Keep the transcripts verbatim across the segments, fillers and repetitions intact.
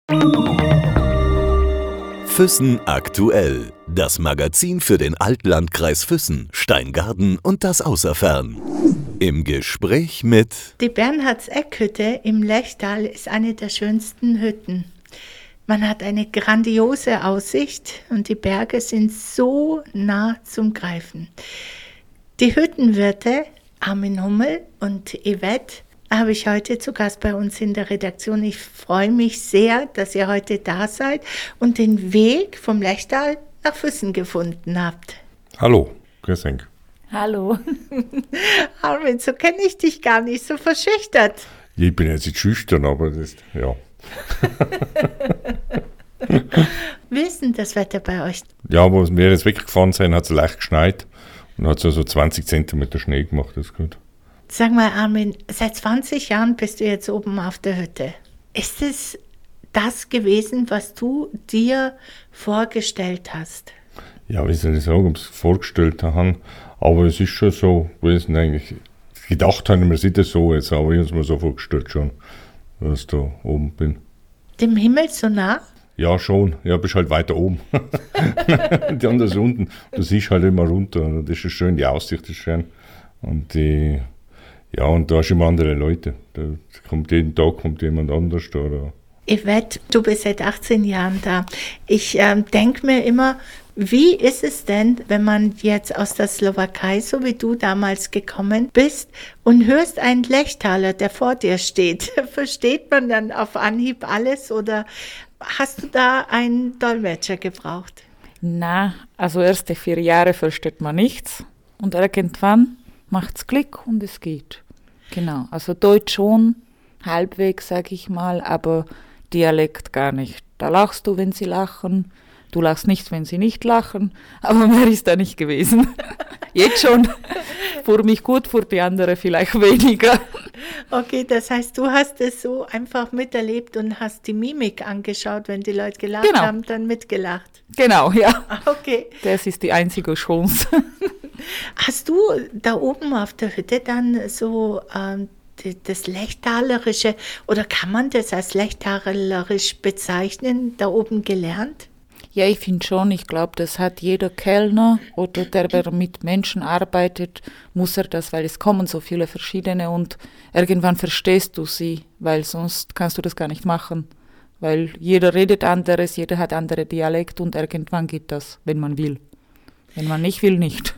Füssen aktuell. Das Magazin für den Altlandkreis Füssen, Steingarten und das Außerfern. Im Gespräch mit... Die Bernhards-Eck-Hütte im Lechtal ist eine der schönsten Hütten. Man hat eine grandiose Aussicht und die Berge sind so nah zum Greifen. Die Hüttenwirte Armin Hummel und Yvette habe ich heute zu Gast bei uns in der Redaktion. Ich freue mich sehr, dass ihr heute da seid und den Weg vom Lechtal nach Füssen gefunden habt. Hallo, grüß dich. Hallo. Armin, so kenne ich dich gar nicht, so verschüchtert. Ich bin jetzt nicht schüchtern, aber das, ja. Wie ist denn das Wetter bei euch? Ja, wo wir jetzt weggefahren sind, hat es leicht geschneit und hat so, so zwanzig Zentimeter Schnee gemacht, das ist gut. Sag mal, Armin, seit zwanzig Jahren bist du jetzt oben auf der Hütte. Ist es das gewesen, was du dir vorgestellt hast? Ja, wie soll ich sagen, ob ich es vorgestellt habe, aber es ist schon so gewesen eigentlich. Gedacht habe ich mir, sieht es so jetzt, aber ich habe es mir so vorgestellt schon, dass ich da oben bin. Dem Himmel so nah? Ja, schon. Ja, bist halt weiter oben. Die anderen sind unten. Du siehst halt immer runter. Und das ist schön, die Aussicht ist schön. Und die, ja, und da hast du immer andere Leute. Da kommt jeden Tag kommt jemand anders da. Oder. Yvette, du bist seit achtzehn Jahren da. Ich ähm, denke mir immer, wie ist es denn, wenn man jetzt aus der Slowakei, so wie du damals gekommen bist, und hörst einen Lechtaler, der vor dir steht? Versteht man dann auf Anhieb alles oder hast du da einen Dolmetscher gebraucht? Na, also erste vier Jahre versteht man nichts und irgendwann macht's Klick und es geht. Genau, also Deutsch schon, halbwegs sag ich mal, aber Dialekt gar nicht. Da lachst du, wenn sie lachen. Du lachst nicht, wenn sie nicht lachen, aber mehr ist da nicht gewesen. Jetzt schon. Für mich gut, für die andere vielleicht weniger. Okay, das heißt, du hast es so einfach miterlebt und hast die Mimik angeschaut, wenn die Leute gelacht genau. haben, dann mitgelacht. Genau, ja. Okay. Das ist die einzige Chance. Hast du da oben auf der Hütte dann so ähm, das Lechtalerische, oder kann man das als Lechtalerisch bezeichnen, da oben gelernt? Ja, ich finde schon, ich glaube, das hat jeder Kellner oder der, der mit Menschen arbeitet, muss er das, weil es kommen so viele verschiedene und irgendwann verstehst du sie, weil sonst kannst du das gar nicht machen. Weil jeder redet anderes, jeder hat andere Dialekt und irgendwann geht das, wenn man will. Wenn man nicht will, nicht.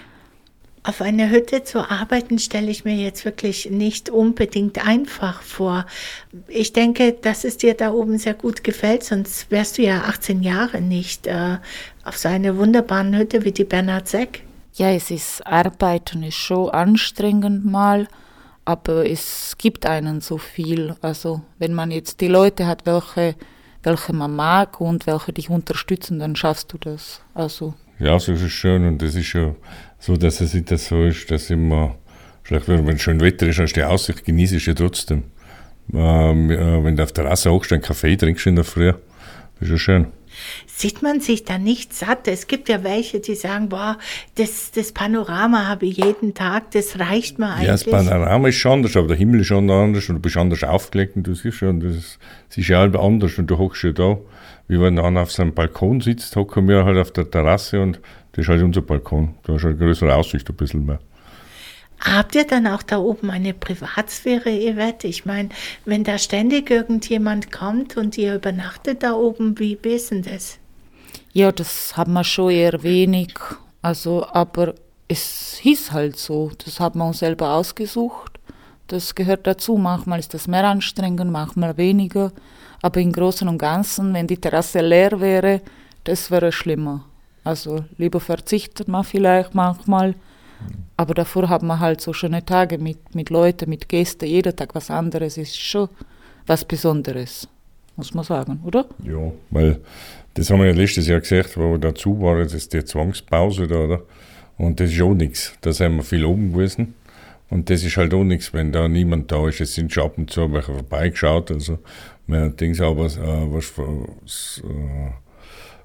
Auf einer Hütte zu arbeiten, stelle ich mir jetzt wirklich nicht unbedingt einfach vor. Ich denke, dass es dir da oben sehr gut gefällt, sonst wärst du ja achtzehn Jahre nicht äh, auf so einer wunderbaren Hütte wie die Bernhards-Eck. Ja, es ist Arbeiten, ist schon anstrengend mal, aber es gibt einen so viel. Also wenn man jetzt die Leute hat, welche, welche man mag und welche dich unterstützen, dann schaffst du das. Also ja, so ist es schön und das ist ja so, dass es nicht so ist, dass immer, vielleicht wenn schön Wetter ist, hast du die Aussicht, genießt es ja trotzdem. Ähm, äh, wenn du auf der Terrasse hochstehst, einen Kaffee trinkst in der Früh, das ist ja schön. Sieht man sich da nicht satt? Es gibt ja welche, die sagen, boah, das, das Panorama habe ich jeden Tag, das reicht mir eigentlich. Ja, das Panorama ist schon anders, aber der Himmel ist schon anders und du bist anders aufgelegt und du siehst schon, das ist, das ist ja halb anders und du hockst ja da. Wie wenn einer auf seinem Balkon sitzt, hocken wir halt auf der Terrasse und das ist halt unser Balkon. Da ist halt eine größere Aussicht ein bisschen mehr. Habt ihr dann auch da oben eine Privatsphäre, Yvette? Ich meine, wenn da ständig irgendjemand kommt und ihr übernachtet da oben, wie, wie ist denn das? Ja, das haben wir schon eher wenig. Also, aber es hieß halt so. Das haben wir uns selber ausgesucht. Das gehört dazu. Manchmal ist das mehr anstrengend, manchmal weniger. Aber im Großen und Ganzen, wenn die Terrasse leer wäre, das wäre schlimmer. Also lieber verzichtet man vielleicht manchmal. Aber davor haben wir halt so schöne Tage mit, mit Leuten, mit Gästen, jeder Tag was anderes, ist schon was Besonderes, muss man sagen, oder? Ja, weil das haben wir ja letztes Jahr gesagt, wo wir dazu waren, das ist die Zwangspause da, oder? Und das ist auch nichts. Da sind wir viel oben gewesen. Und das ist halt auch nichts, wenn da niemand da ist. Es sind schon ab und zu welche vorbeigeschaut, also man denkt aber, äh, was, was, äh,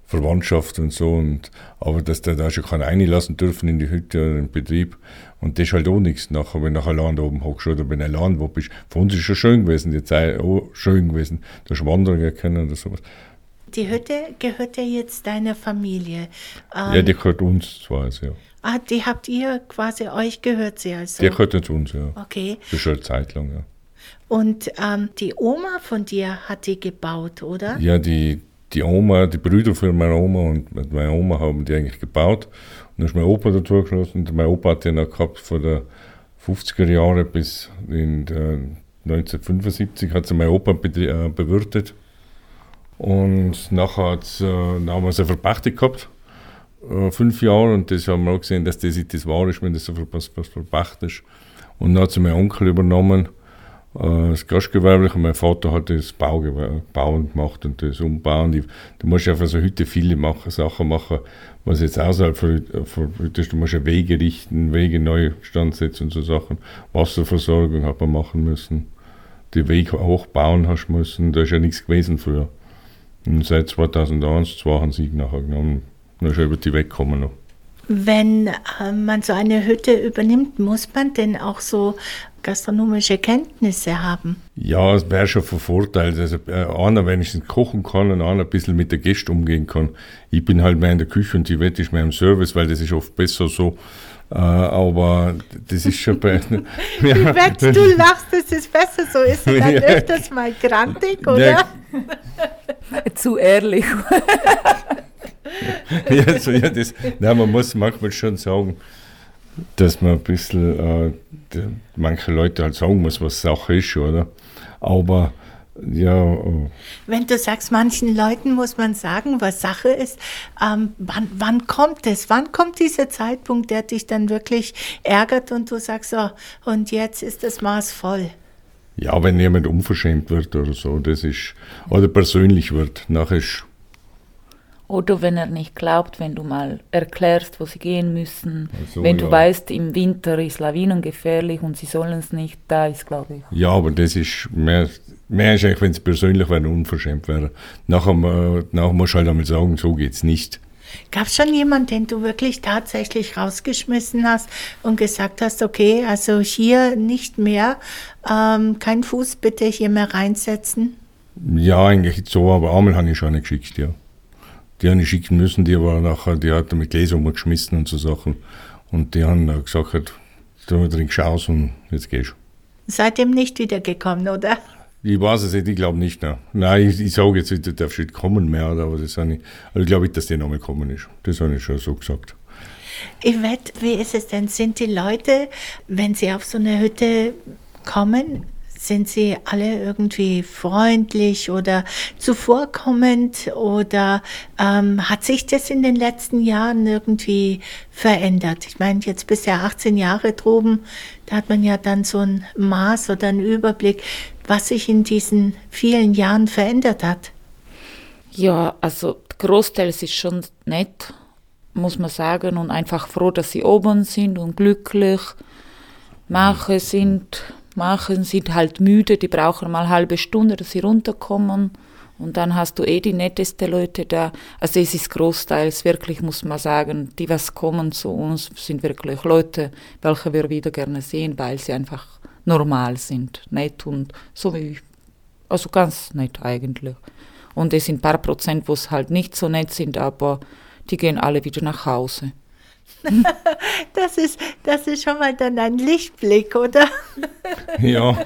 Verwandtschaft und so. Und, aber dass der da schon keiner reinlassen dürfen in die Hütte oder in den Betrieb. Und das ist halt auch nichts nachher, wenn du nachher allein da oben hockst oder wenn du allein wo bist. Für uns ist es schon schön gewesen, die Zeit auch schön gewesen. Da hast wandern gehen können oder sowas. Die Hütte gehört ja jetzt deiner Familie. Ähm, Ja, die gehört uns zwar, also, ja. ah, die habt ihr quasi, euch gehört sie also. Die gehört jetzt uns, ja. Okay. Das ist schon eine Zeit lang, ja. Und ähm, die Oma von dir hat die gebaut, oder? Ja, die, die Oma, die Brüder von meiner Oma und meine Oma haben die eigentlich gebaut. Und dann ist mein Opa dazu geschlossen. Und mein Opa hat den auch gehabt von der fünfziger Jahre bis in der neunzehnhundertfünfundsiebzig hat sie mein Opa betrie- äh, bewirtet. Und nachher hat's, äh, dann haben wir sie verpachtet gehabt, äh, fünf Jahre. Und das haben wir auch gesehen, dass das nicht das wahr ist, wenn das so was, was verpachtet ist. Und dann hat sie mein Onkel übernommen, äh, das Gastgewerbliche. Und mein Vater hat das Baugewer- Bauen gemacht und das Umbauen. Die, du musst einfach so heute viele machen, Sachen machen, was jetzt außerhalb von Hütte ist. Du musst ja Wege richten, Wege neu stand setzen und so Sachen. Wasserversorgung hat man machen müssen. Die Wege hochbauen hast müssen. Da ist ja nichts gewesen früher. Und seit zweitausendeins, zwei haben sie nachher genommen. Dann ist er über die weggekommen noch. Wenn äh, man so eine Hütte übernimmt, muss man denn auch so gastronomische Kenntnisse haben? Ja, es wäre schon von Vorteil. Also, äh, einer wenigstens kochen kann und einer ein bisschen mit der Gäste umgehen kann. Ich bin halt mehr in der Küche und die Wette ist mehr im Service, weil das ist oft besser so. Äh, aber das ist schon bei... Ja. Ich wette, du lachst, das ist besser so. Ist es dann öfters mal grantig, oder? Ja. Zu ehrlich. Ja, so, ja, das, nein, man muss manchmal schon sagen, dass man ein bisschen, äh, die, manche Leute halt sagen muss, was Sache ist, oder? Aber, ja. Äh, Wenn du sagst, manchen Leuten muss man sagen, was Sache ist, ähm, wann, wann kommt es? Wann kommt dieser Zeitpunkt, der dich dann wirklich ärgert und du sagst, so, und jetzt ist das Maß voll? ja, wenn jemand unverschämt wird oder so, das ist, oder persönlich wird, nachher ist, Oder wenn er nicht glaubt, wenn du mal erklärst, wo sie gehen müssen. Also, wenn du ja. weißt, im Winter ist lawinengefährlich und sie sollen es nicht, da ist, glaube ich. ja, aber das ist mehr, mehr ist eigentlich, wenn es persönlich wäre, unverschämt wäre. Nachher, äh, nachher musst du halt einmal sagen, so geht's nicht. Gab es schon jemanden, den du wirklich tatsächlich rausgeschmissen hast und gesagt hast, okay, also hier nicht mehr, ähm, kein Fuß bitte hier mehr reinsetzen? Ja, eigentlich so, aber einmal habe ich schon eine geschickt, ja. Die habe ich schicken müssen, die war nachher, die hat mit Gläser umgeschmissen und so Sachen. Und die haben dann gesagt, du trinkst aus und jetzt gehst du. Seitdem nicht wiedergekommen, oder? Ich weiß es nicht, ich glaube nicht. Nein, nein ich, ich sage jetzt nicht, du darfst nicht kommen mehr, aber das habe ich, also ich glaube nicht, dass der Name kommen ist. Das habe ich schon so gesagt. Yvette, wie ist es denn? Sind die Leute, wenn sie auf so eine Hütte kommen, sind sie alle irgendwie freundlich oder zuvorkommend oder ähm, hat sich das in den letzten Jahren irgendwie verändert? Ich meine, jetzt bist du ja achtzehn Jahre droben, da hat man ja dann so ein Maß oder einen Überblick, was sich in diesen vielen Jahren verändert hat. Ja, also der Großteil ist schon nett, muss man sagen, und einfach froh, dass sie oben sind und glücklich. Manche sind, manche sind halt müde, die brauchen mal eine halbe Stunde, dass sie runterkommen. Und dann hast du eh die nettesten Leute da. Also es ist großteils wirklich, muss man sagen, die, was kommen zu uns, sind wirklich Leute, welche wir wieder gerne sehen, weil sie einfach normal sind, nett und so wie, also ganz nett eigentlich. Und es sind ein paar Prozent, wo es halt nicht so nett sind, aber die gehen alle wieder nach Hause. Das ist, das ist schon mal dann ein Lichtblick, oder? Ja,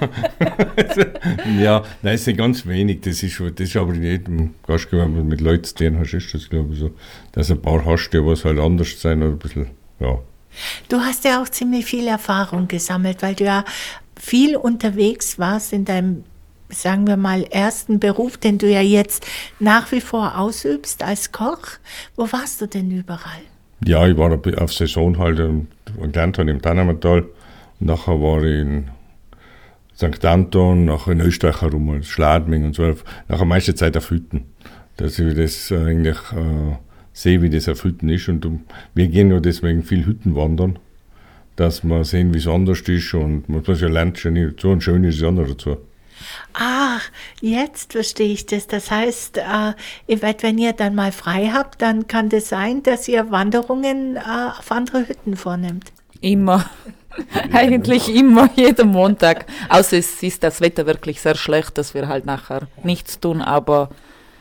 ja, nein, es sind ganz wenig. Das ist, das ist aber in jedem Gastgewerbe, wenn du mit Leuten zu tun hast, ist das, glaube ich, so, dass ein paar hast, die was halt anders sein oder ein bisschen, ja. Du hast ja auch ziemlich viel Erfahrung gesammelt, weil du ja viel unterwegs warst in deinem, sagen wir mal, ersten Beruf, den du ja jetzt nach wie vor ausübst als Koch. Wo warst du denn überall? Ja, ich war auf Saison halt und gelernt habe im Tannheimertal. Nachher war ich in Sankt Anton, nachher in Österreich herum, als Schladming und so. Nachher meiste Zeit auf Hütten, dass ich das eigentlich äh, sehe, wie das auf Hütten ist. Und um, wir gehen ja deswegen viel Hütten wandern, dass wir sehen, wie es anders ist. Und man ja lernt schon nicht, so ein schön ist es auch noch dazu. Ach, jetzt verstehe ich das. Das heißt, äh, Yvette, wenn ihr dann mal frei habt, dann kann das sein, dass ihr Wanderungen äh, auf andere Hütten vornimmt. Immer. Eigentlich immer, jeden Montag. Außer es ist das Wetter wirklich sehr schlecht, dass wir halt nachher nichts tun, aber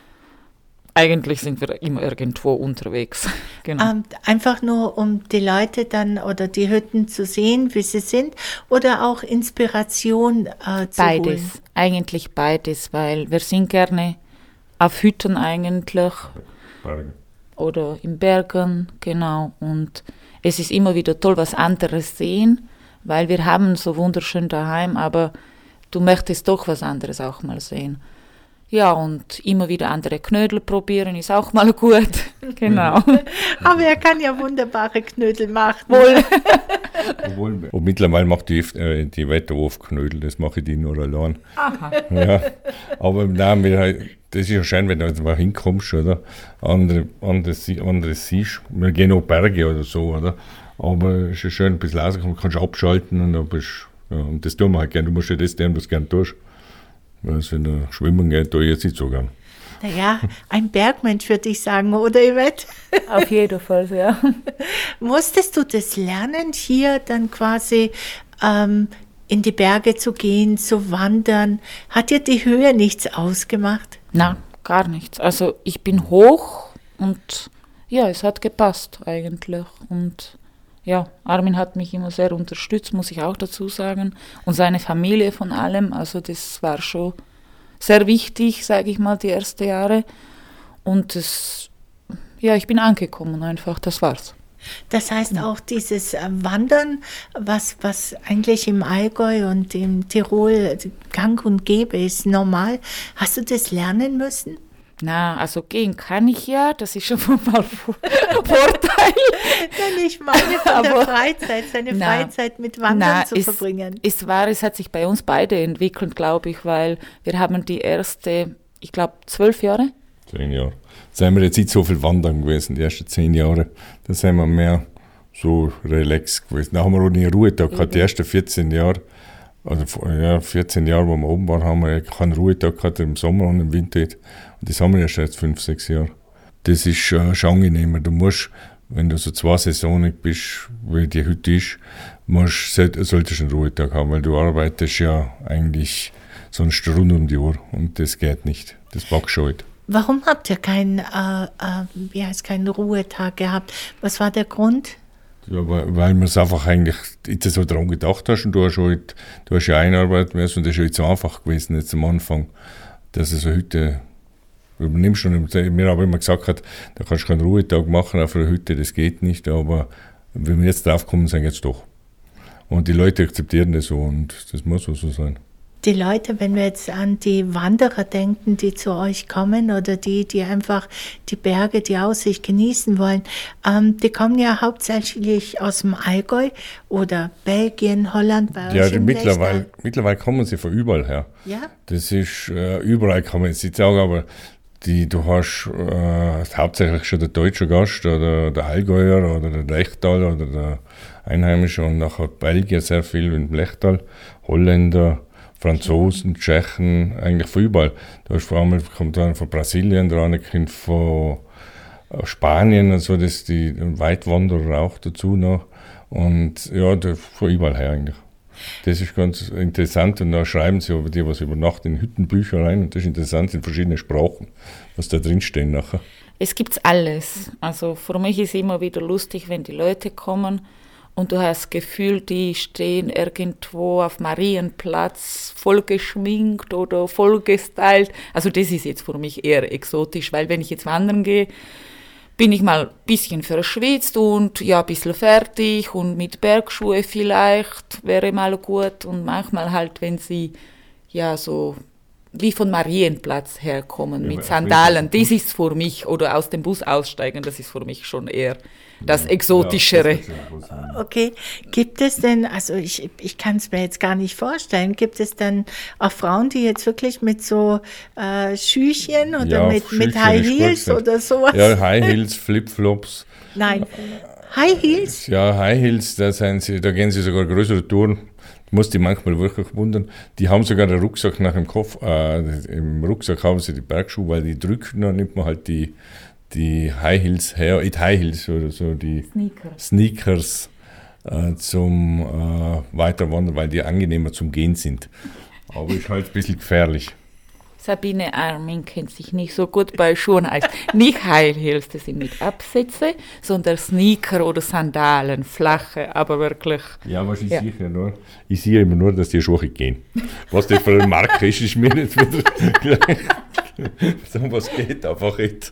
eigentlich sind wir immer irgendwo unterwegs. Genau. Ähm, einfach nur, um die Leute dann oder die Hütten zu sehen, wie sie sind, oder auch Inspiration äh, zu Beides, holen? eigentlich beides, weil wir sind gerne auf Hütten eigentlich Berge. oder in Bergen, genau. Und es ist immer wieder toll, was anderes sehen, weil wir haben so wunderschön daheim, aber du möchtest doch was anderes auch mal sehen. Ja, und immer wieder andere Knödel probieren ist auch mal gut. Genau. Aber er kann ja wunderbare Knödel machen. Wohl. Obwohl, und mittlerweile macht die, äh, die Wetterwurfknödel, das mache ich die nur allein. Aha. Ja, aber nein, wir, halt- das ist ja schön, wenn du jetzt mal hinkommst, oder? Andere, anderes, sie- anderes siehst. Wir gehen auch Berge oder so, oder? Aber es ist ja schön, ein bisschen rauskommen, kannst du abschalten und dann bist, ja, und das tun wir halt gerne. Du musst ja das tun, was du gerne tust. Weil wenn du schwimmen gehst, tue ich jetzt nicht so gern. Naja, ein Bergmensch würde ich sagen, oder Yvette? Auf jeden Fall, ja. Musstest du das lernen, hier dann quasi ähm, in die Berge zu gehen, zu wandern? Hat dir die Höhe nichts ausgemacht? Na, gar nichts. Also ich bin hoch und ja, es hat gepasst eigentlich. Und ja, Armin hat mich immer sehr unterstützt, muss ich auch dazu sagen. Und seine Familie von allem, also das war schon sehr wichtig, sage ich mal, die ersten Jahre. Und das, ja, ich bin angekommen einfach, das war's. Das heißt auch dieses äh, Wandern, was, was eigentlich im Allgäu und im Tirol gang und gäbe ist, normal. Hast du das lernen müssen? Na, also gehen kann ich ja, das ist schon mal Vorteil. Nein, ich meine von der Aber- Freizeit, seine Na, Freizeit mit Wandern Na, zu es, verbringen. Es war, es hat sich bei uns beide entwickelt, glaube ich, weil wir haben die erste, ich glaube, zwölf Jahre. Zehn Jahre. Da sind wir jetzt nicht so viel wandern gewesen, die ersten zehn Jahre. Da sind wir mehr so relax gewesen. Da haben wir auch nie Ruhetag gehabt, die ersten vierzehn Jahre. Also vor- ja, vierzehn Jahre, wo wir oben waren, haben wir keinen Ruhetag gehabt im Sommer und im Winter. Und das haben wir erst jetzt fünf, sechs Jahre. Das ist äh, schon angenehmer. Du musst, wenn du so zwei Saisonen bist, wie die Hütte ist, musst, soll- solltest du einen Ruhetag haben, weil du arbeitest ja eigentlich sonst rund um die Uhr und das geht nicht. Das packst du halt. Warum habt ihr keinen, äh, äh, wie heißt, keinen Ruhetag gehabt? Was war der Grund? Ja, weil weil man es einfach eigentlich jetzt so daran gedacht hast und du hast, halt, du hast ja einarbeiten müssen und das ist ja jetzt so einfach gewesen jetzt am Anfang, dass du so Hütte übernimmst. Und mir aber immer gesagt hat, da kannst du keinen Ruhetag machen auf einer Hütte, das geht nicht, aber wenn wir jetzt drauf kommen, sagen jetzt doch. Und die Leute akzeptieren das so und das muss auch so sein. Die Leute, wenn wir jetzt an die Wanderer denken, die zu euch kommen oder die, die einfach die Berge, die Aussicht genießen wollen, ähm, die kommen ja hauptsächlich aus dem Allgäu oder Belgien, Holland, bei Ja, euch im mittlerweile, Lechtal. mittlerweile kommen sie von überall her. Ja? Das ist, äh, überall kann man jetzt nicht sagen, aber die, du hast äh, hauptsächlich schon der deutsche Gast oder der Allgäuer oder der Lechtal oder der Einheimische und nachher Belgier sehr viel im Lechtal, Holländer, Franzosen, Tschechen, eigentlich von überall. Da hast vor allem, kommt dann von Brasilien dran, ein Kind von äh, Spanien, also das die Weitwanderer auch dazu noch. Und ja, da, von überall her eigentlich. Das ist ganz interessant und da schreiben sie über die was über Nacht in Hüttenbücher rein und das ist interessant in verschiedenen Sprachen, was da drin stehen nachher. Es gibt alles. Also für mich ist immer wieder lustig, wenn die Leute kommen und du hast das Gefühl, die stehen irgendwo auf Marienplatz voll geschminkt oder voll gestylt. Also das ist jetzt für mich eher exotisch, weil wenn ich jetzt wandern gehe, bin ich mal ein bisschen verschwitzt und ja, ein bisschen fertig und mit Bergschuhe vielleicht wäre mal gut und manchmal halt, wenn sie ja so wie von Marienplatz herkommen Ja, mit aber Sandalen, das ist für mich, oder aus dem Bus aussteigen, das ist für mich schon eher das Exotischere. Ja, das ist- Okay, gibt es denn, also ich, ich kann es mir jetzt gar nicht vorstellen, gibt es dann auch Frauen, die jetzt wirklich mit so äh, Schüchchen oder Ja, mit, mit Schüchchen High ist gut Heels gesagt. oder sowas? Ja, High Heels, Flipflops. Nein, High Heels? Ja, High Heels, da, sind sie, da gehen sie sogar größere Touren. Muss die manchmal wirklich wundern. Die haben sogar den Rucksack nach dem Kopf, äh, im Rucksack haben sie die Bergschuhe, weil die drücken, dann nimmt man halt die, die High Heels her, nicht High Heels oder so, die Sneakers, Sneakers äh, zum äh, Weiterwandern, weil die angenehmer zum Gehen sind. Aber ist halt ein bisschen gefährlich. Sabine Armin kennt sich nicht so gut bei Schuhen aus. Nicht High Heels, das sind nicht Absätze, sondern Sneaker oder Sandalen, flache, aber wirklich. Ja, was ich Ja. sehe nur, ich sehe immer nur, dass die Schuhe gehen. Was das für eine Marke ist, ist mir nicht wieder gleich. So was geht einfach nicht.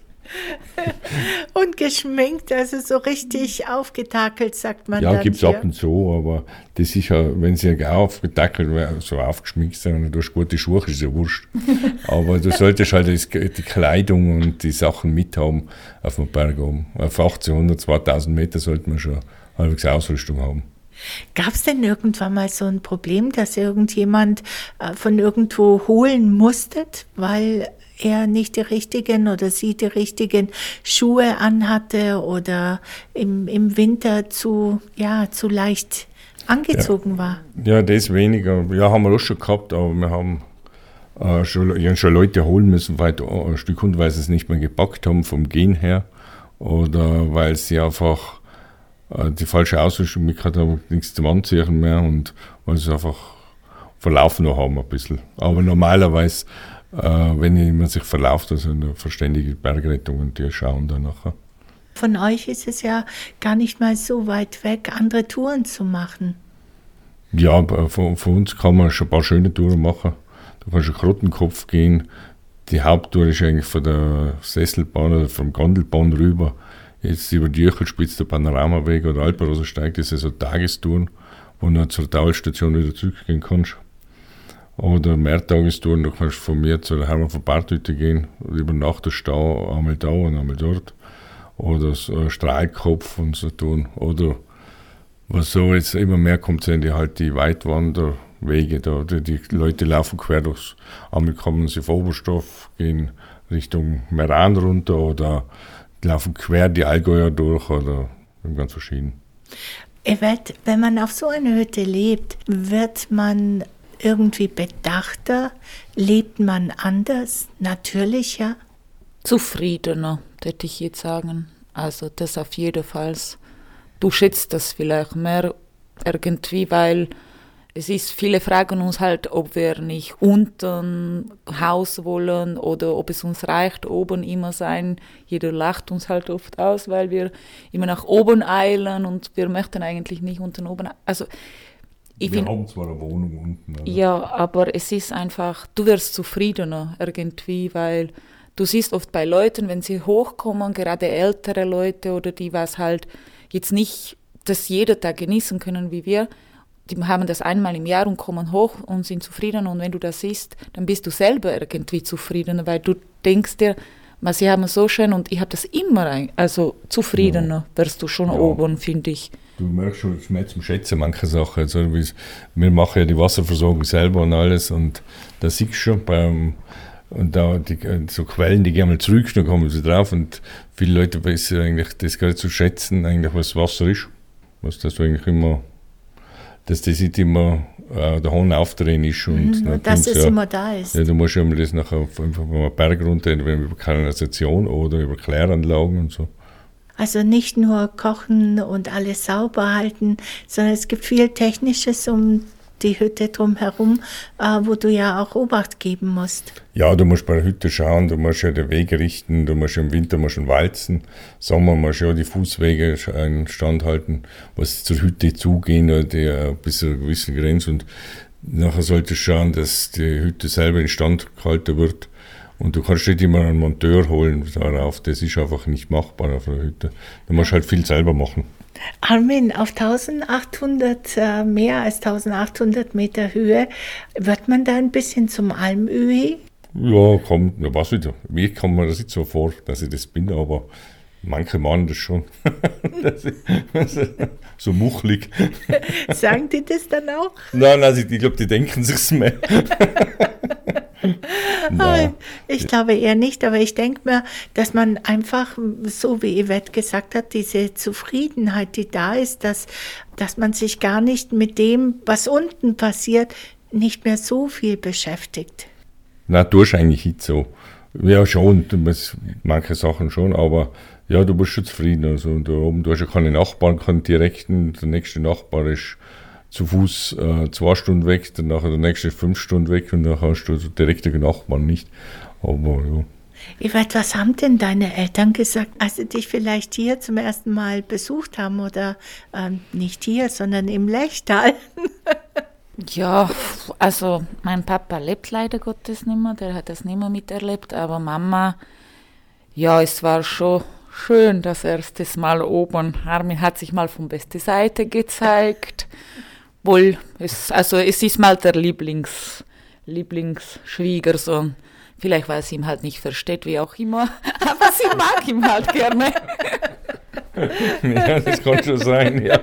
Und geschminkt, also so richtig aufgetakelt, sagt man Ja, dann gibt es hier. ab und zu, aber das ist ja, wenn sie ja aufgetackelt werden, so aufgeschminkt sind und du hast gute Schuhe, ist ja wurscht. Aber du solltest halt das, die Kleidung und die Sachen mithaben auf dem Berg oben. Auf achtzehnhundert, zweitausend Meter sollte man schon halbwegs Ausrüstung haben. Gab es denn irgendwann mal so ein Problem, dass irgendjemand äh, von irgendwo holen musstet, weil er nicht die richtigen oder sie die richtigen Schuhe anhatte oder im, im Winter zu, ja, zu leicht angezogen war? Ja, das weniger. Ja, haben wir auch schon gehabt, aber wir haben äh, schon, ja, schon Leute holen müssen, weil ein Stück hundweise es nicht mehr gepackt haben vom Gehen her oder weil sie einfach äh, die falsche Ausrüstung mitgehabt haben, nichts zum Anziehen mehr und weil sie einfach verlaufen noch haben ein bisschen. Aber normalerweise, äh, wenn man sich verlauft, also eine verständige Bergrettung und die schauen dann nachher. Von euch ist es ja gar nicht mal so weit weg, andere Touren zu machen. Ja, von, von uns kann man schon ein paar schöne Touren machen. Du kannst einen Krottenkopf gehen. Die Haupttour ist eigentlich von der Sesselbahn oder vom Gondelbahn rüber. Jetzt über die Jöchelspitze, der Panoramaweg oder Alpenrosensteig, das ist so Tagestouren, wo du zur Talstation wieder zurückgehen kannst. Oder Mehrtagestouren, da kannst du von mir zu der Hermann von Barthütte gehen, über Nacht der Stau, einmal da und einmal dort. Oder so Strahlkopf und so tun. Oder was so jetzt immer mehr kommt, sind die halt die Weitwanderwege da. Die, die Leute laufen quer durchs, einmal kommen sie auf Oberstoff, gehen Richtung Meran runter oder die laufen quer die Allgäuer durch oder ganz verschieden. Yvette, wenn man auf so einer Hütte lebt, wird man irgendwie bedachter? Lebt man anders, natürlicher? Zufriedener, würde ich jetzt sagen. Also das auf jeden Fall. Du schätzt das vielleicht mehr irgendwie, weil es ist, viele fragen uns halt, ob wir nicht unten Haus wollen oder ob es uns reicht, oben immer sein. Jeder lacht uns halt oft aus, weil wir immer nach oben eilen und wir möchten eigentlich nicht unten oben. Also ich Wir find, haben zwar eine Wohnung unten. Also. ja, aber es ist einfach, du wirst zufriedener irgendwie, weil du siehst oft bei Leuten, wenn sie hochkommen, gerade ältere Leute oder die was halt jetzt nicht das jeden Tag genießen können wie wir, die haben das einmal im Jahr und kommen hoch und sind zufrieden und wenn du das siehst, dann bist du selber irgendwie zufriedener, weil du denkst dir, was sie haben so schön und ich habe das immer, ein, also zufriedener ja. wirst du schon ja. oben, finde ich. Du merkst schon, es ist mehr zum Schätzen manche Sachen. Also, wir machen ja die Wasserversorgung selber und alles und da siehst du schon beim und da die, so Quellen, die gehen mal zurück, dann kommen sie drauf und viele Leute wissen eigentlich das gar nicht zu schätzen, eigentlich was Wasser ist, was das eigentlich immer, dass das nicht immer äh, der Hohn aufdrehen ist und mhm, dass es ja, immer da ist. Ja, du musst ja mal das nachher einfach mal Berg runter, entweder über Kanalisation oder über Kläranlagen und so. Also nicht nur kochen und alles sauber halten, sondern es gibt viel Technisches um die Hütte drumherum, äh, wo du ja auch Obacht geben musst. Ja, du musst bei der Hütte schauen, du musst ja den Weg richten, du musst im Winter musst du walzen, Sommer musst du ja die Fußwege in Stand halten, was zur Hütte zugehen oder die, äh, bis zu einer gewissen Grenze und nachher solltest du schauen, dass die Hütte selber in Stand gehalten wird. Und du kannst nicht immer einen Monteur holen darauf, das ist einfach nicht machbar auf der Hütte. Du musst halt viel selber machen. Armin, auf eintausendachthundert, äh, mehr als eintausendachthundert Meter Höhe, wird man da ein bisschen zum Almöhi? Ja, kommt, ja, was wieder. Mir kommt mir das nicht so vor, dass ich das bin, aber manche meinen das schon. das ist, so muchlig. Sagen die das dann auch? Nein, also ich, ich glaube, die denken sich's mehr. Ja. Ich glaube eher nicht, aber ich denke mir, dass man einfach, so wie Yvette gesagt hat, diese Zufriedenheit, die da ist, dass, dass man sich gar nicht mit dem, was unten passiert, nicht mehr so viel beschäftigt. Na, du hast eigentlich nicht so. Ja, schon, du musst manche Sachen schon, aber ja, du bist schon zufrieden. Also, und da oben, du hast ja keine Nachbarn, keinen direkten. Der nächste Nachbar ist zu Fuß äh, zwei Stunden weg, dann nachher der nächste fünf Stunden weg und dann hast du direkte Nachbarn nicht. Aber ja. Yvette, was haben denn deine Eltern gesagt, als sie dich vielleicht hier zum ersten Mal besucht haben oder ähm, nicht hier, sondern im Lechtal? Ja, also mein Papa lebt leider Gottes nicht mehr, der hat das nicht mehr miterlebt, aber Mama, ja, es war schon schön, das erste Mal oben. Armin hat sich mal von bester Seite gezeigt. Wohl, es, also es ist mal der Lieblings, Lieblingsschwiegersohn. Vielleicht, weil sie ihn halt nicht versteht, wie auch immer, aber sie mag ihn halt gerne. Ja, das kann schon sein, ja.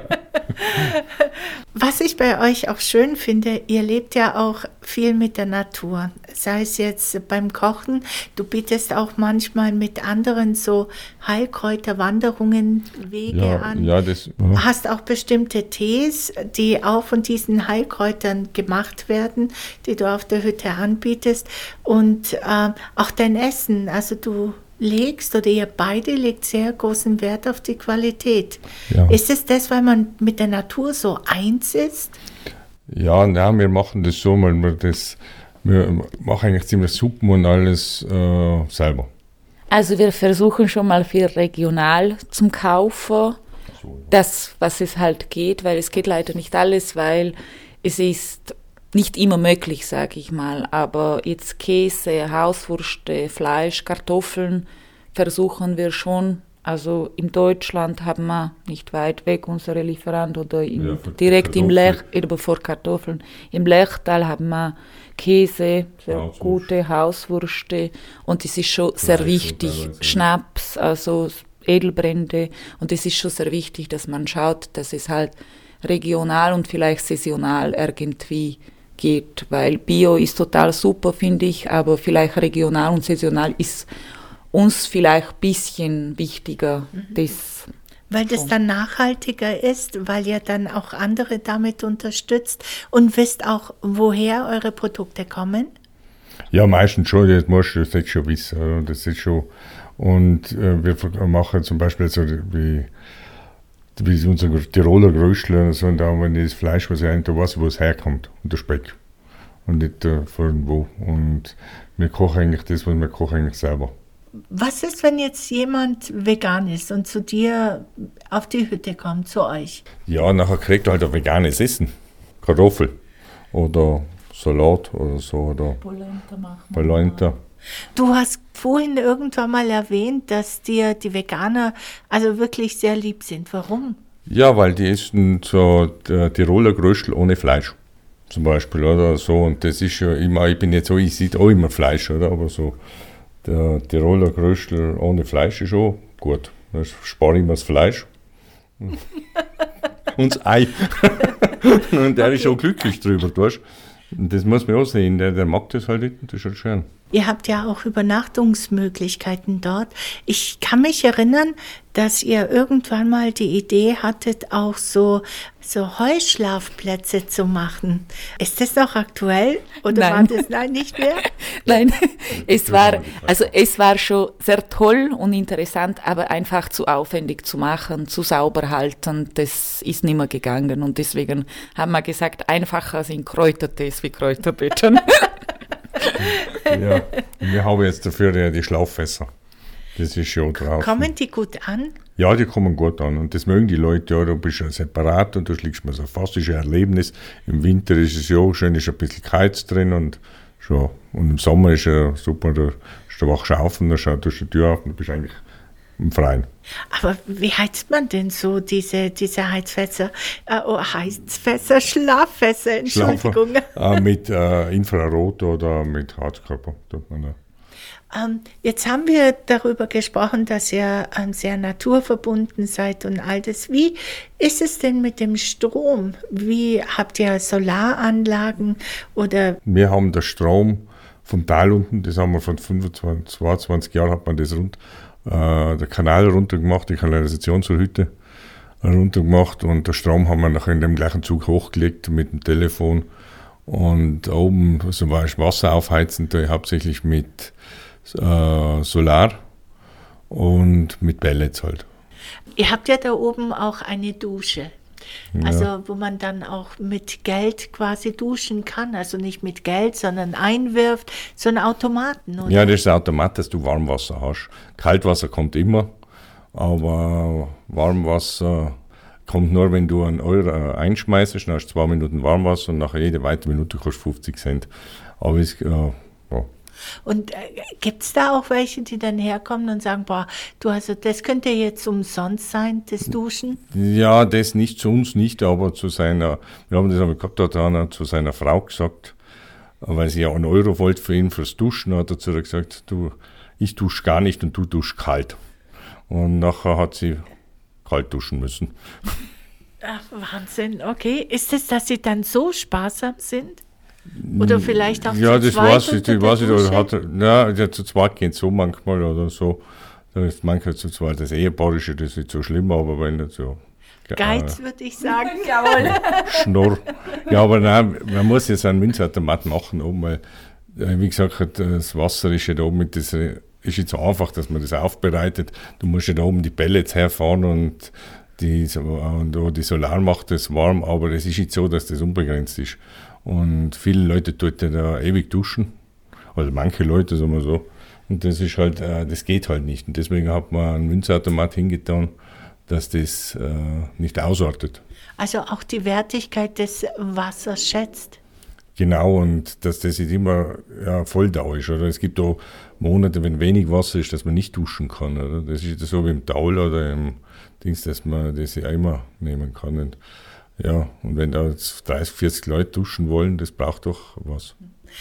Was ich bei euch auch schön finde, ihr lebt ja auch viel mit der Natur. Sei es jetzt beim Kochen, du bietest auch manchmal mit anderen so Heilkräuterwanderungen, Wege Ja, an. ja, das, ja. Hast auch bestimmte Tees, die auch von diesen Heilkräutern gemacht werden, die du auf der Hütte anbietest. Und äh, auch dein Essen, also du legst oder ihr beide legt sehr großen Wert auf die Qualität. Ja. Ist es das, weil man mit der Natur so eins ist? Ja, na, wir machen das so, weil wir das, wir machen eigentlich ziemlich Suppen und alles äh, selber. Also wir versuchen schon mal viel regional zum Kaufen, So, ja. das, was es halt geht, weil es geht leider nicht alles, weil es ist nicht immer möglich, sage ich mal, aber jetzt Käse, Hauswürste, Fleisch, Kartoffeln versuchen wir schon. Also in Deutschland haben wir nicht weit weg unsere Lieferant oder in, Ja, für direkt im Lech, Kartoffeln. eben vor Kartoffeln. Im Lechtal haben wir Käse, sehr Hauswurst. gute Hauswürste und es ist schon sehr Fleisch wichtig. teilweise. Schnaps, also Edelbrände und es ist schon sehr wichtig, dass man schaut, dass es halt regional und vielleicht saisonal irgendwie geht, weil Bio ist total super, finde ich, aber vielleicht regional und saisonal ist uns vielleicht ein bisschen wichtiger. Das Weil das dann nachhaltiger ist, weil ihr dann auch andere damit unterstützt und wisst auch, woher eure Produkte kommen? Ja, meistens schon, das musst du das jetzt schon wissen. oder? Das ist schon, und äh, wir ver- machen zum Beispiel so wie, wie unser Tiroler Gröschler, so, und da haben wir das Fleisch, was ich da weiß, wo es herkommt, und der Speck. Und nicht äh, von wo. Und wir kochen eigentlich das, was wir kochen eigentlich selber. Was ist, wenn jetzt jemand vegan ist und zu dir auf die Hütte kommt, zu euch? Ja, nachher kriegt er halt ein veganes Essen. Kartoffel oder Salat oder so, oder Polenta machen wir. Polenta. Du hast vorhin irgendwann mal erwähnt, dass dir die Veganer also wirklich sehr lieb sind. Warum? Ja, weil die essen so der Tiroler Gröschel ohne Fleisch. Zum Beispiel, oder so. Und das ist ja immer, ich bin jetzt so, ich sehe auch immer Fleisch, oder? Aber so der Tiroler Gröschel ohne Fleisch ist auch gut. Da spare ich mir das Fleisch. Und das Ei. Und der ist auch glücklich drüber, du weißt. Und das muss man auch sehen, der, der mag das halt nicht, das ist halt schön. Ihr habt ja auch Übernachtungsmöglichkeiten dort. Ich kann mich erinnern, dass ihr irgendwann mal die Idee hattet, auch so, so Heuschlafplätze zu machen. Ist das noch aktuell oder Nein. war das nein, nicht mehr? Nein, es war, also es war schon sehr toll und interessant, aber einfach zu aufwendig zu machen, zu sauber halten, das ist nicht mehr gegangen. Und deswegen haben wir gesagt, einfacher sind Kräutertees wie Kräuterbeeten. Ja, und wir haben jetzt dafür die, die Schlauffässer. Das ist schon draußen. Kommen die gut an? Ja, die kommen gut an und das mögen die Leute. Ja, du bist ja separat und du schlägst mir so fast, das ist ein Erlebnis. Im Winter ist es ja auch schön, ist ein bisschen kalt drin und schon. Und im Sommer ist ja super, da wachst du auf und dann schaust du durch die Tür auf und du bist eigentlich im Freien. Aber wie heizt man denn so diese, diese Heizfässer? Äh, oh, Heizfässer, Schlaffässer, Entschuldigung. Schlafen, äh, mit äh, Infrarot oder mit Heizkörper. tut man da. Ähm, jetzt haben wir darüber gesprochen, dass ihr ähm, sehr naturverbunden seid und all das. Wie ist es denn mit dem Strom? Wie habt ihr Solaranlagen oder? Wir haben den Strom vom Tal unten, das haben wir von fünfundzwanzig, zweiundzwanzig Jahren hat man das rund, äh, der Kanal runter gemacht, die Kanalisation zur Hütte runter gemacht und der Strom haben wir nachher in dem gleichen Zug hochgelegt mit dem Telefon und oben so war ich Wasser aufheizen, da hauptsächlich mit äh, Solar und mit Pellets halt. Ihr habt ja da oben auch eine Dusche. Also ja. Wo man dann auch mit Geld quasi duschen kann, also nicht mit Geld, sondern einwirft, so einen Automaten, oder? Ja, das ist ein Automat, dass du Warmwasser hast. Kaltwasser kommt immer, aber Warmwasser kommt nur, wenn du einen Euro einschmeißt, dann hast du zwei Minuten Warmwasser und nach jeder weiteren Minute kostet fünfzig Cent. Aber es, äh, ja. Und äh, gibt es da auch welche, die dann herkommen und sagen, boah, du, also das könnte jetzt umsonst sein, das Duschen? Ja, das nicht zu uns nicht, aber zu seiner, wir haben das aber gehabt, da hat einer zu seiner Frau gesagt, weil sie ja einen Euro wollte für ihn fürs Duschen, hat er zu ihr gesagt, du, ich dusche gar nicht und du duschst kalt. Und nachher hat sie kalt duschen müssen. Ach, Wahnsinn, okay. Ist es, dass sie dann so sparsam sind? Oder vielleicht auch ja, zu das zweit weiß ich, unter das der weiß ich, oder Dusche? hat, ja, ja, zu zweit geht es so manchmal oder so. Da ist manchmal zu zweit das Ehepaarische, das ist nicht so schlimm, aber wenn nicht so. Geiz, äh, würde ich sagen. Jawohl. Schnorr. Ja, aber nein, man muss jetzt einen Münzautomat machen, oben, weil, wie gesagt, das Wasser ist ja da oben mit dieser, ist jetzt so einfach, dass man das aufbereitet. Du musst ja da oben die Pellets herfahren und die, und die Solar macht das warm, aber es ist nicht so, dass das unbegrenzt ist. Und viele Leute tun da ewig duschen, also manche Leute, sagen wir so. Und das ist halt, das geht halt nicht. Und deswegen hat man einen Münzautomat hingetan, dass das äh, nicht ausartet. Also auch die Wertigkeit des Wassers schätzt. Genau, und dass das nicht immer ja, voll da ist. Oder? Es gibt auch Monate, wenn wenig Wasser ist, dass man nicht duschen kann. Oder? Das ist so wie im Taul oder im Dings, dass man das ja immer nehmen kann. Und, ja, und wenn da jetzt dreißig, vierzig Leute duschen wollen, das braucht doch was.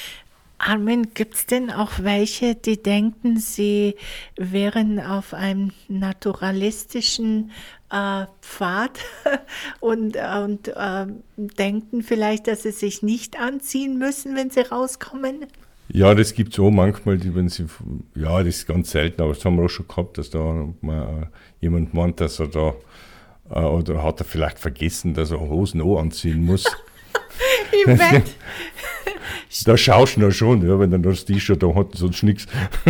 Armin, gibt es denn auch welche, die denken, sie wären auf einem naturalistischen äh, Pfad und, und äh, denken vielleicht, dass sie sich nicht anziehen müssen, wenn sie rauskommen? Ja, das gibt es auch manchmal, die, wenn sie, ja, das ist ganz selten, aber das haben wir auch schon gehabt, dass da mal jemand meint, dass er da, äh, oder hat er vielleicht vergessen, dass er Hosen auch anziehen muss. Im Bett. Da schaust du noch schon, ja, wenn dann das T-Shirt da hat, sonst nichts.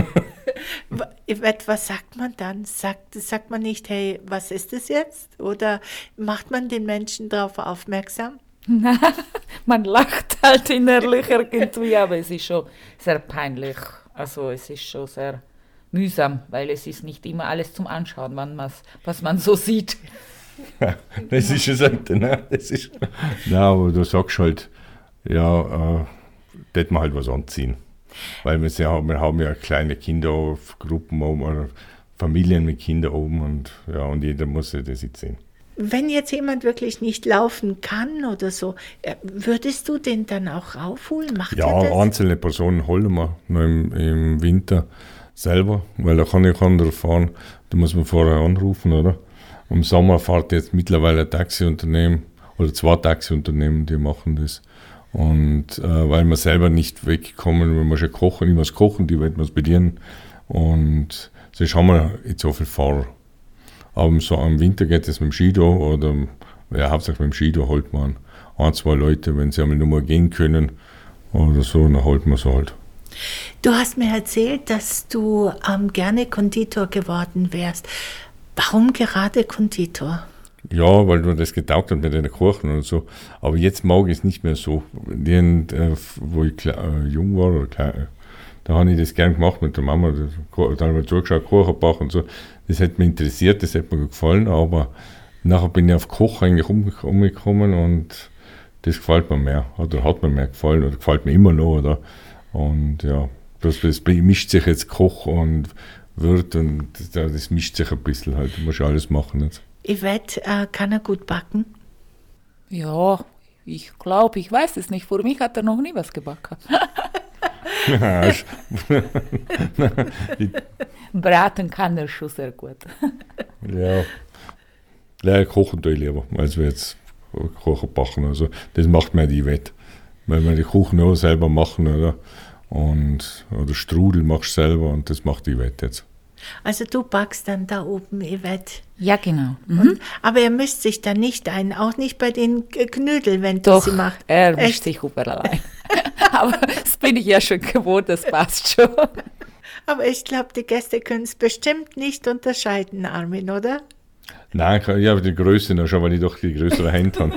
Was sagt man dann? Sagt, sagt man nicht, hey, was ist das jetzt? Oder macht man den Menschen darauf aufmerksam? Nein, man lacht halt innerlich irgendwie, aber es ist schon sehr peinlich. Also es ist schon sehr mühsam, weil es ist nicht immer alles zum Anschauen, was man so sieht. Das ist schon selten, ne? Das ist, nein, aber du sagst halt, ja, äh, das man halt was anziehen. Weil wir, sehr, wir haben ja kleine Kinder, Gruppen oben, oder Familien mit Kindern oben und, ja, und jeder muss ja das jetzt sehen. Wenn jetzt jemand wirklich nicht laufen kann oder so, würdest du den dann auch raufholen? Macht ja, ihr das? Einzelne Personen holen wir noch im, im Winter selber, weil da kann ich andere fahren, da muss man vorher anrufen, oder? Im Sommer fährt jetzt mittlerweile ein Taxiunternehmen oder zwei Taxiunternehmen, die machen das. Und äh, weil wir selber nicht wegkommen, wenn wir schon kochen, ich muss kochen, die werden wir bedienen. Und sonst haben wir jetzt so viele Fahrer. Aber so im Winter geht es mit dem Skido oder ja, hauptsächlich mit dem Skido holt man ein, zwei Leute, wenn sie einmal nur mal gehen können oder so, dann holt man so halt. Du hast mir erzählt, dass du ähm, gerne Konditor geworden wärst. Warum gerade Konditor? Ja, weil mir das getaugt hat mit den Kuchen und so. Aber jetzt mag ich es nicht mehr so. Den, äh, wo ich äh, jung war, oder klein, da habe ich das gern gemacht mit der Mama. Da haben wir zugeschaut, Kuchen backen und so. Das hat mich interessiert, das hat mir gefallen. Aber nachher bin ich auf Koch eigentlich um, umgekommen und das gefällt mir mehr. Oder hat mir mehr gefallen oder gefällt mir immer noch. Oder? Und ja, das, das mischt sich jetzt Koch und Wirt und das, das mischt sich ein bisschen halt. Du musst alles machen jetzt. Yvette, äh, kann er gut backen? Ja, ich glaube, ich weiß es nicht. Vor mich hat er noch nie was gebacken. Braten kann er schon sehr gut. Ja, ja, kochen tue ich lieber, als wir jetzt Kuchen backen. Also, das macht mir die Yvette. Weil wir die Kuchen auch selber machen, oder? Und, oder Strudel machst du selber und das macht die Yvette jetzt. Also du backst dann da oben, Yvette. Ja, genau. Mhm. Und, aber er mischt sich da nicht ein, auch nicht bei den Knödeln, wenn Doch, du sie macht. er mischt Echt? sich überall ein. Aber das bin ich ja schon gewohnt, das passt schon. Aber ich glaube, die Gäste können es bestimmt nicht unterscheiden, Armin, oder? Nein, ich habe die Größe noch schon, weil ich doch die größere Hand habe.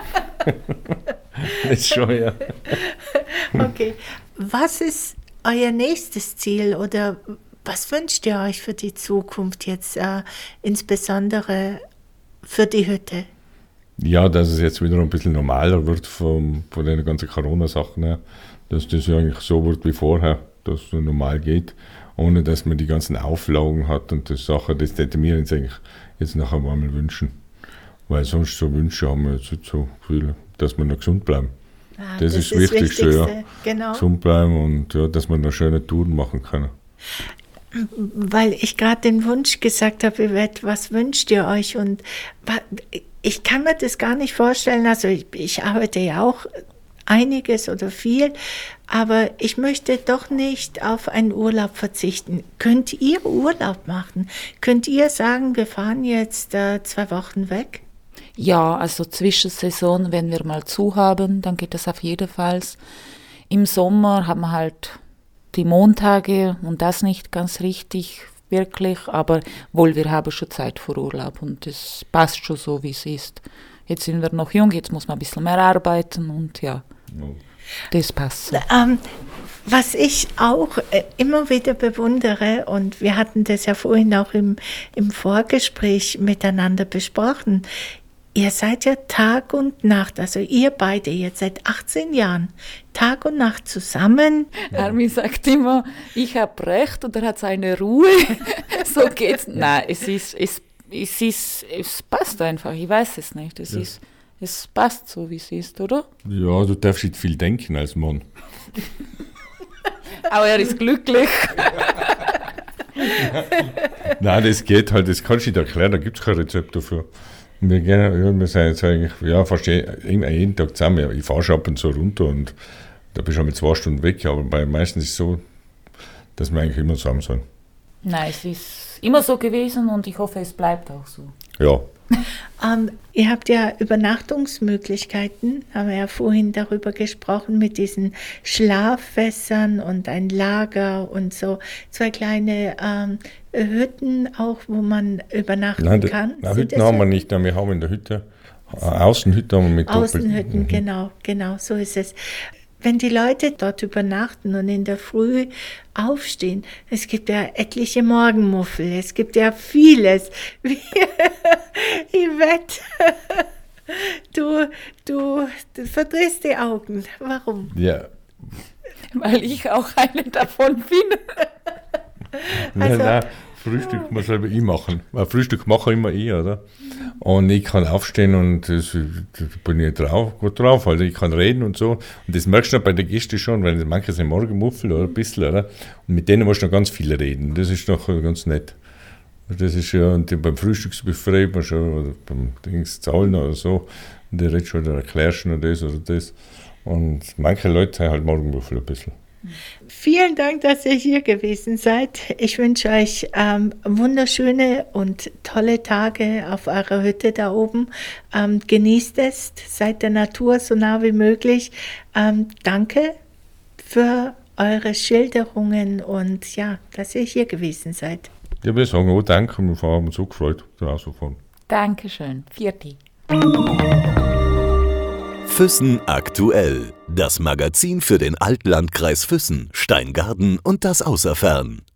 Das ist schon, ja. Okay. Was ist euer nächstes Ziel oder was wünscht ihr euch für die Zukunft jetzt, äh, insbesondere für die Hütte? Ja, dass es jetzt wieder ein bisschen normaler wird vom, von den ganzen Corona-Sachen her, dass das ja eigentlich so wird wie vorher, dass es so normal geht, ohne dass man die ganzen Auflagen hat und das Sache, das hätte mir jetzt eigentlich jetzt nachher mal wünschen. Weil sonst so Wünsche haben wir jetzt nicht so viele, dass wir noch gesund bleiben. Ah, das, das ist das Wichtigste, Wichtigste, ja. Genau. Gesund bleiben und ja, dass wir noch schöne Touren machen können. Weil ich gerade den Wunsch gesagt habe, Yvette, was wünscht ihr euch? Und ich kann mir das gar nicht vorstellen, also ich, ich arbeite ja auch einiges oder viel, aber ich möchte doch nicht auf einen Urlaub verzichten. Könnt ihr Urlaub machen? Könnt ihr sagen, wir fahren jetzt äh, zwei Wochen weg? Ja, also Zwischensaison, wenn wir mal zu haben, dann geht das auf jeden Fall. Im Sommer haben wir halt die Montage und das nicht ganz richtig, wirklich, aber wohl, wir haben schon Zeit für Urlaub und das passt schon so, wie es ist. Jetzt sind wir noch jung, jetzt muss man ein bisschen mehr arbeiten und ja, das passt. Ähm, was ich auch äh, immer wieder bewundere, und wir hatten das ja vorhin auch im, im Vorgespräch miteinander besprochen, ihr seid ja Tag und Nacht, also ihr beide jetzt seit achtzehn Jahren, Tag und Nacht zusammen. Armin sagt immer, ich habe recht und er hat seine Ruhe. So geht's. Nein, es ist, es, es ist, es passt einfach, ich weiß es nicht. Es Ja. ist, es passt so, wie es ist, oder? Ja, du darfst nicht viel denken als Mann. Aber er ist glücklich. Nein, das geht halt, das kannst du nicht erklären, da gibt es kein Rezept dafür. Wir, gehen, ja, wir sind jetzt eigentlich ja, fast jeden, jeden Tag zusammen. Ich fahre schon ab und zu runter und da bin ich schon mit zwei Stunden weg, aber bei meistens ist es so, dass wir eigentlich immer zusammen sind. Nein, es ist immer so gewesen und ich hoffe, es bleibt auch so. Ja. Ähm, ihr habt ja Übernachtungsmöglichkeiten, haben wir ja vorhin darüber gesprochen, mit diesen Schlaffässern und ein Lager und so. Zwei kleine ähm, Hütten auch, wo man übernachten Nein, kann. nein, Sind Hütten das haben so? wir nicht, wir haben in der Hütte, äh, Außenhütte haben wir mit Außenhütten, Mhm. genau, genau, so ist es. Wenn die Leute dort übernachten und in der Früh aufstehen, es gibt ja etliche Morgenmuffel, es gibt ja vieles. Wie Yvette, du, du, du verdrehst die Augen. Warum? Ja. Weil ich auch eine davon bin. Nein, Also- nein, Frühstück muss selber ich machen. Weil Frühstück mache immer ich, oder? Und ich kann aufstehen und das, das bin ich drauf, gut drauf. Also ich kann reden und so. Und das merkst du bei den Gästen schon, weil manche sind Morgenmuffel oder ein bisschen, oder? Und mit denen musst du noch ganz viel reden. Das ist noch ganz nett. Das ist ja, und beim Frühstücksbuffet man schon, oder beim Dings zahlen oder so. Und der redet schon, oder erklärst noch das oder das. Und manche Leute sind halt Morgenmuffel ein bisschen. Vielen Dank, dass ihr hier gewesen seid. Ich wünsche euch ähm, wunderschöne und tolle Tage auf eurer Hütte da oben. Ähm, genießt es, seid der Natur so nah wie möglich. Ähm, danke für eure Schilderungen und ja, dass ihr hier gewesen seid. Ja, wir sagen auch danke und wir haben uns so gefreut, da rauszufahren. Dankeschön. Vierte. Füssen aktuell. Das Magazin für den Altlandkreis Füssen, Steingarten und das Außerfern.